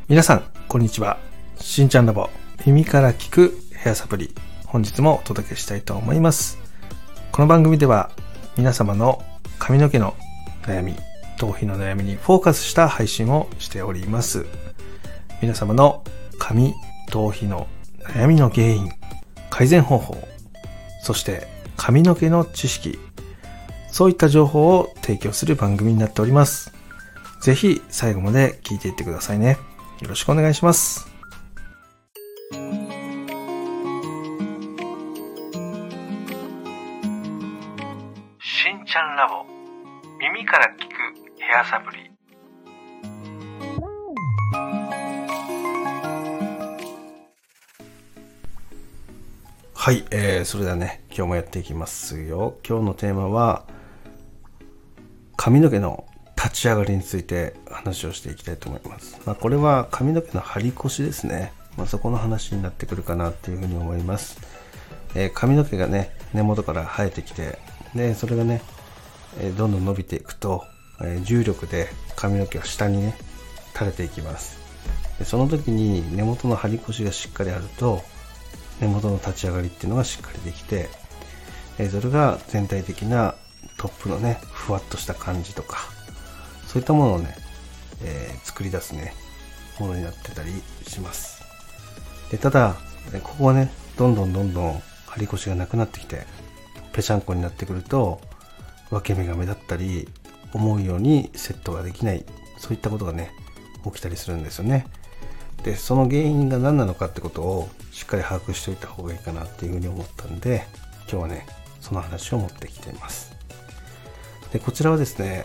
皆さんこんにちは。しんちゃんラボ耳から聞くヘアサプリ、本日もお届けしたいと思います。この番組では皆様の髪の毛の悩み、頭皮の悩みにフォーカスした配信をしております。皆様の髪、頭皮の悩みの原因、改善方法、そして髪の毛の知識、そういった情報を提供する番組になっております。ぜひ最後まで聞いていってくださいね。よろしくお願いします。 しんちゃんラボ耳から聞くヘアサプリ。 はい、それではね、今日もやっていきますよ。今日のテーマは髪の毛の立ち上がりについて話をしていきたいと思います。これは髪の毛の張り腰ですね。そこの話になってくるかなっていうふうに思います。髪の毛がね、根元から生えてきて、でそれがね、どんどん伸びていくと、重力で髪の毛が下にね垂れていきます。でその時に根元の張り腰がしっかりあると、根元の立ち上がりっていうのがしっかりできて、それが全体的なトップのねふわっとした感じとか、そういったものをね、作り出すねものになってたりします。でただここはね、どんどん張り腰がなくなってきてぺちゃんこになってくると、分け目が目立ったり、思うようにセットができない、そういったことがね起きたりするんですよね。でその原因が何なのかってことをしっかり把握しておいた方がいいかなっていうふうに思ったんで、今日はねその話を持ってきています。でこちらはですね、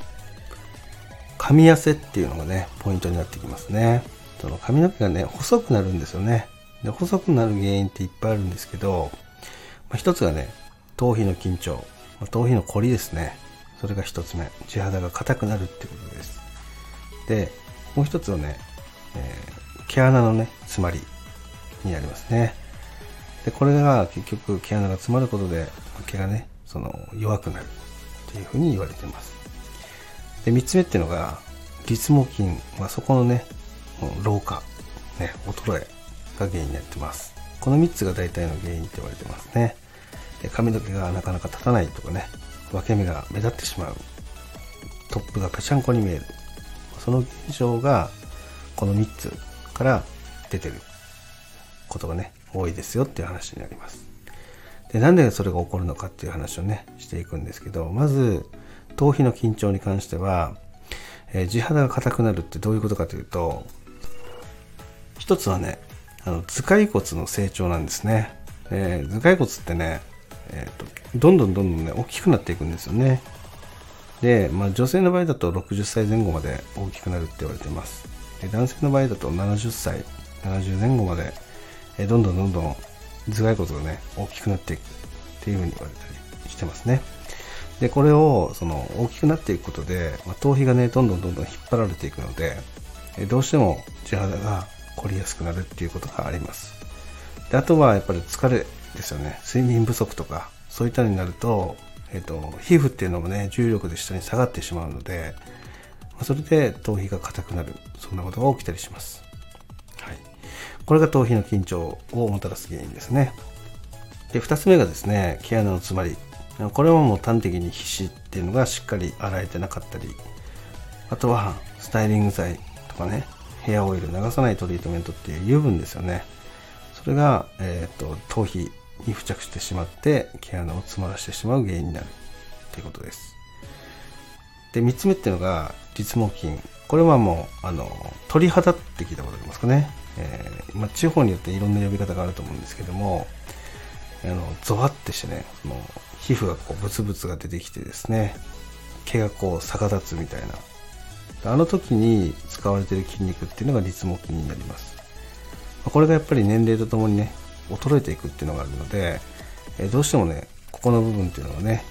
髪痩せっていうのがねポイントになってきますね。その髪の毛がね細くなるんですよね。で細くなる原因っていっぱいあるんですけど、一つがね頭皮の緊張、頭皮の凝りですね。それが一つ目、地肌が硬くなるってことです。でもう一つはね、毛穴のね詰まりになりますね。でこれが結局毛穴が詰まることで毛がね弱くなるっていうふうに言われています。で3つ目っていうのが立毛筋、そこのね老化、ね、衰えが原因になってます。この3つが大体の原因って言われてますね。で髪の毛がなかなか立たないとかね、分け目が目立ってしまう、トップがぺちゃんこに見える、その現象がこの3つから出てることがね多いですよっていう話になります。でなんでそれが起こるのかっていう話をねしていくんですけど、まず頭皮の緊張に関しては、地肌が硬くなるってどういうことかというと、一つはね頭蓋骨の成長なんですね。頭蓋骨ってね、どんどんね大きくなっていくんですよね。で、女性の場合だと60歳前後まで大きくなるって言われています。で男性の場合だと70歳70前後まで、どんどん頭蓋骨がね大きくなっていくっていうふうに言われたりしてますね。でこれを大きくなっていくことで、頭皮がねどんどん引っ張られていくので、どうしても地肌が凝りやすくなるっていうことがあります。であとはやっぱり疲れですよね。睡眠不足とかそういったになると、皮膚っていうのもね重力で下に下がってしまうので、それで頭皮が硬くなる、そんなことが起きたりします。はい、これが頭皮の緊張をもたらす原因ですね。で2つ目がですね、毛穴の詰まり。これはもう端的に皮脂っていうのがしっかり洗えてなかったり、あとはスタイリング剤とかね、ヘアオイル流さないトリートメントっていう油分ですよね。それが、頭皮に付着してしまって毛穴を詰まらせてしまう原因になるということです。で3つ目っていうのが立毛筋。これはもう鳥肌って聞いたことありますかね。地方によっていろんな呼び方があると思うんですけども、ゾワってしてね、皮膚がブツブツが出てきてですね、毛が逆立つみたいな、あの時に使われている筋肉っていうのが立毛筋になります。これがやっぱり年齢とともにね衰えていくっていうのがあるので、どうしてもねここの部分っていうのはね、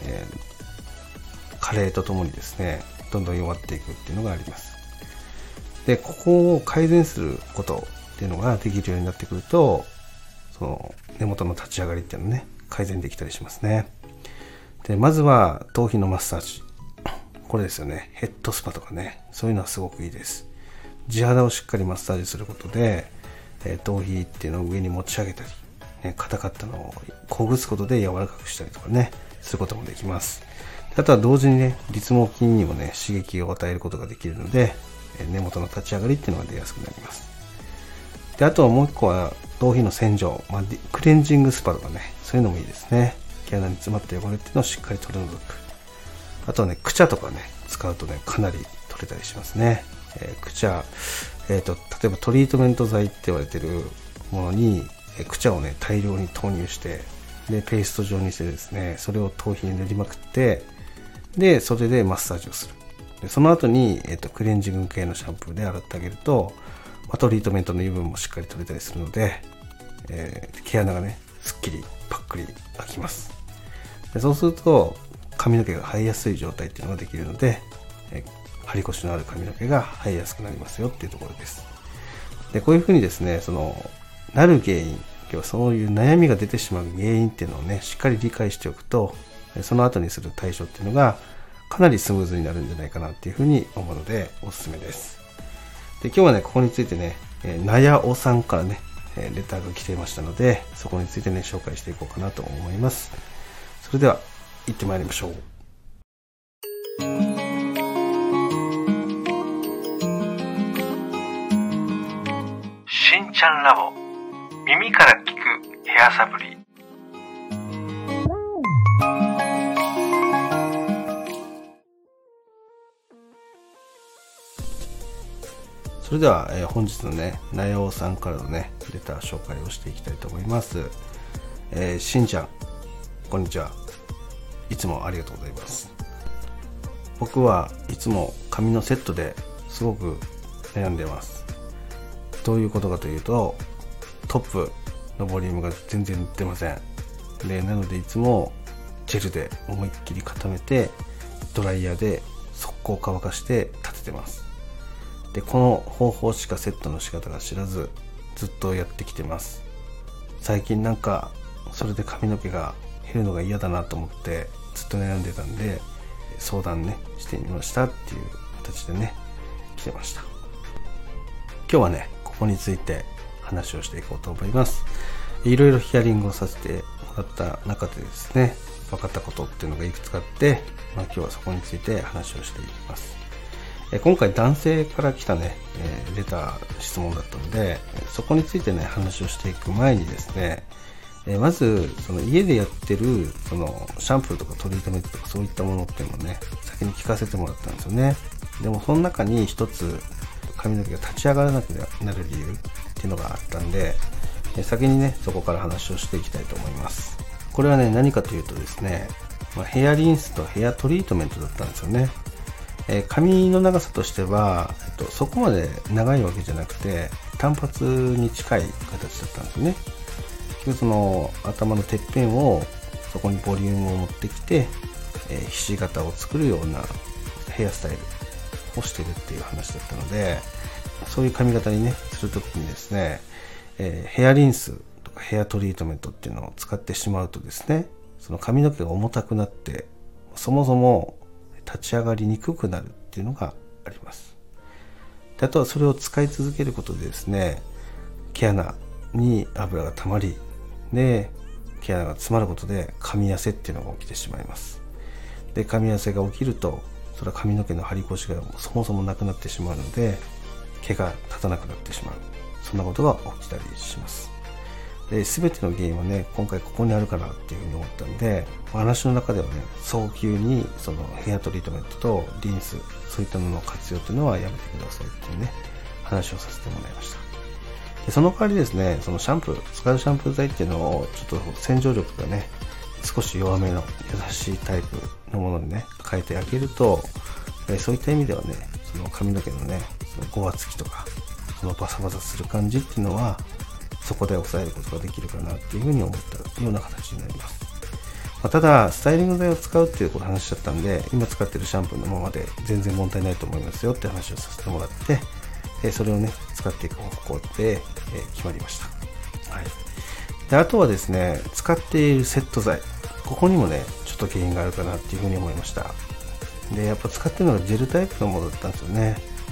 加齢とともにですねどんどん弱っていくっていうのがあります。でここを改善することっていうのができるようになってくると、その根元の立ち上がりっていうのね改善できたりしますね。でまずは頭皮のマッサージ、これですよね。ヘッドスパとかね、そういうのはすごくいいです。 地肌をしっかりマッサージすることで、頭皮っていうのを上に持ち上げたり、硬かったのをほぐすことで柔らかくしたりとかね、することもできます。あとは同時にね、立毛筋にもね、刺激を与えることができるので、根元の立ち上がりっていうのが出やすくなります。で、あとはもう一個は頭皮の洗浄、クレンジングスパとかね、そういうのもいいですね。毛穴に詰まった汚れっていうのをしっかり取り除く。あとはね、クチャとかね、使うとね、かなり取れたりしますね。クチャ、例えばトリートメント剤って言われてるものに、クチャをね、大量に投入して、で、ペースト状にしてですね、それを頭皮に塗りまくって、で、それでマッサージをする。でその後に、クレンジング系のシャンプーで洗ってあげると、トリートメントの油分もしっかり取れたりするので、毛穴がね、すっきりパックリ開きます。でそうすると髪の毛が生えやすい状態っていうのができるので、張り腰のある髪の毛が生えやすくなりますよっていうところです。でこういうふうにですね、なる原因、今日はそういう悩みが出てしまう原因っていうのをね、しっかり理解しておくと、その後にする対処っていうのがかなりスムーズになるんじゃないかなっていうふうに思うのでおすすめです。で今日はね、ここについてね、なやおさんからね、レターが来ていましたので、そこについてね、紹介していこうかなと思います。それでは行ってまいりましょう。 しんちゃんラボ、耳から聞くヘアサプリ。 それでは、本日のね、なやおさんからのね、レター紹介をしていきたいと思います。しんちゃん、こんにちは。いつもありがとうございます。僕はいつも髪のセットですごく悩んでます。どういうことかというと、トップのボリュームが全然出ません。で、なのでいつもジェルで思いっきり固めて、ドライヤーで速攻乾かして立ててます。で、この方法しかセットの仕方が知らず、ずっとやってきてます。最近なんかそれで髪の毛が減るのが嫌だなと思ってずっと悩んでたんで、相談ねしてみましたっていう形でね来てました。今日はね、ここについて話をしていこうと思います。いろいろヒアリングをさせてもらった中でですね、分かったことっていうのがいくつかあって、今日はそこについて話をしていきます。今回男性から来たね、レター質問だったので、そこについてね話をしていく前にですね、まずその家でやってるそのシャンプーとかトリートメントとかそういったものっていうのをね、先に聞かせてもらったんですよね。でもその中に一つ髪の毛が立ち上がらなくなる理由っていうのがあったんで、先にねそこから話をしていきたいと思います。これはね、何かというとですね、ヘアリンスとヘアトリートメントだったんですよね。髪の長さとしては、そこまで長いわけじゃなくて単発に近い形だったんですよね。その頭のてっぺんをそこにボリュームを持ってきて、ひし形を作るようなヘアスタイルをしてるっていう話だったので、そういう髪型にねするときにですね、ヘアリンスとかヘアトリートメントっていうのを使ってしまうとですね、その髪の毛が重たくなってそもそも立ち上がりにくくなるっていうのがあります。であとはそれを使い続けることでですね、毛穴に油がたまり、で毛穴が詰まることで髪痩せっていうのが起きてしまいます。で髪痩せが起きると、それは髪の毛の張り腰がそもそもなくなってしまうので、毛が立たなくなってしまう、そんなことが起きたりします。で全ての原因はね、今回ここにあるかなっていうふうに思ったので、話の中ではね、早急にそのヘアトリートメントとリンス、そういったものの活用というのはやめてくださいっていうね話をさせてもらいました。でその代わりですね、そのシャンプー、使うシャンプー剤っていうのをちょっと洗浄力がね少し弱めの優しいタイプのものにね変えてあげると、そういった意味ではね、その髪の毛のねそのごわつきとか、そのバサバサする感じっていうのはそこで抑えることができるかなっていうふうに思ったような形になります。ただスタイリング剤を使うっていう話だったんで、今使ってるシャンプーのままで全然問題ないと思いますよって話をさせてもらって、それをね使っていく方向で決まりました。はい。であとはですね、使っているセット剤、ここにもねちょっと原因があるかなっていうふうに思いました。でやっぱ使ってるのがジェルタイプのものだったんですよね。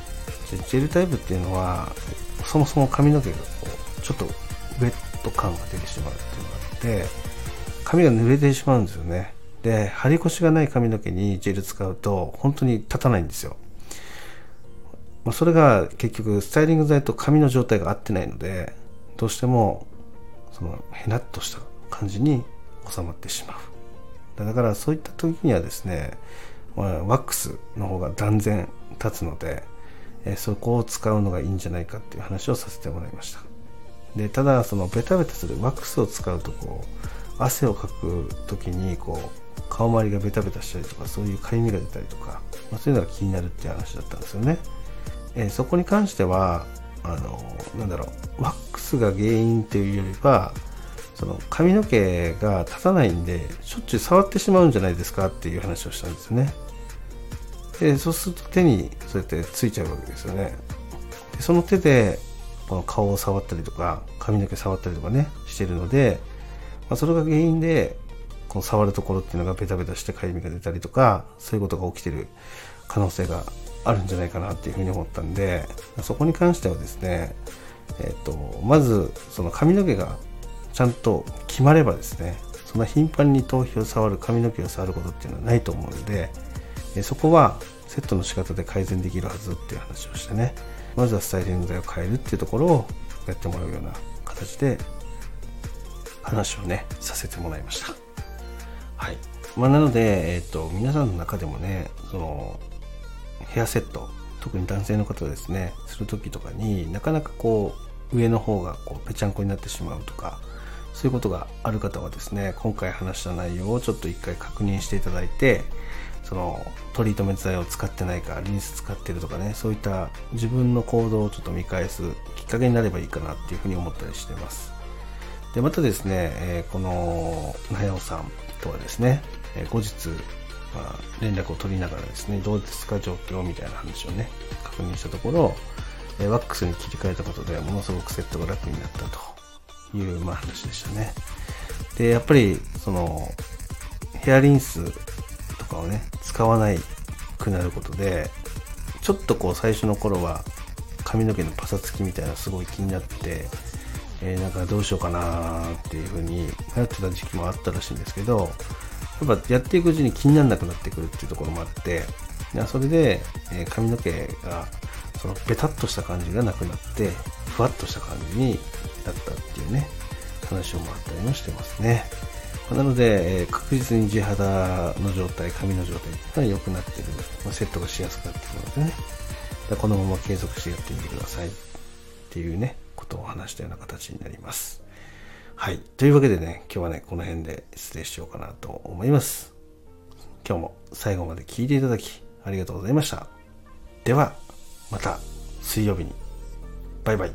でジェルタイプっていうのはそもそも髪の毛がこうちょっとウェット感が出てしまうっていうのがあって髪が濡れてしまうんですよね。で張り腰がない髪の毛にジェル使うと本当に立たないんですよ。それが結局スタイリング剤と髪の状態が合ってないのでどうしてもそのへなっとした感じに収まってしまう。だからそういった時にはですね、ワックスの方が断然立つので、そこを使うのがいいんじゃないかっていう話をさせてもらいました。でただそのベタベタするワックスを使うとこう汗をかく時にこう顔周りがベタベタしたりとかそういうかゆみが出たりとか、そういうのが気になるっていう話だったんですよね。そこに関してはワックスが原因というよりはその髪の毛が立たないんでしょっちゅう触ってしまうんじゃないですかっていう話をしたんですね。でそうすると手にそうやってついちゃうわけですよね。でその手でこの顔を触ったりとか髪の毛触ったりとかねしてるので、それが原因でこの触るところっていうのがベタベタしてかゆみが出たりとかそういうことが起きてる可能性があるんじゃないかなっていうふうに思ったんで、そこに関してはですね、まずその髪の毛がちゃんと決まればですね、そんな頻繁に頭皮を触る髪の毛を触ることっていうのはないと思うので、そこはセットの仕方で改善できるはずっていう話をしてね、まずはスタイリング剤を変えるっていうところをやってもらうような形で話をねさせてもらいました。はい。なので、皆さんの中でもね、そのヘアセット、特に男性の方ですね、する時とかになかなかこう上の方がこうぺちゃんこになってしまうとか、そういうことがある方はですね、今回話した内容をちょっと一回確認していただいて、そのトリートメント剤を使ってないか、リンス使ってるとかね、そういった自分の行動をちょっと見返すきっかけになればいいかなっていうふうに思ったりしています。でまたですね、このなやおさんとはですね、後日連絡を取りながらですね、どうですか状況みたいな話をね確認したところ、ワックスに切り替えたことでものすごくセットが楽になったという話でしたね。でやっぱりそのヘアリンスとかをね使わないくなることで、ちょっとこう最初の頃は髪の毛のパサつきみたいなすごい気になって、なんかどうしようかなっていう風に迷ってた時期もあったらしいんですけど、やっぱやっていくうちに気にならなくなってくるっていうところもあって、それで髪の毛がそのベタっとした感じがなくなってふわっとした感じになったっていうね話をもらったりもしてますね。なので確実に地肌の状態、髪の状態が良くなっている、セットがしやすくなっているのでね、このまま継続してやってみてくださいっていうねことを話したような形になります。はい。というわけでね、今日はね、この辺で失礼しようかなと思います。今日も最後まで聞いていただきありがとうございました。では、また水曜日に。バイバイ。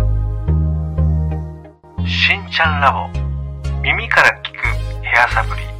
しんちゃんラボ、耳から聞くヘアサプリ。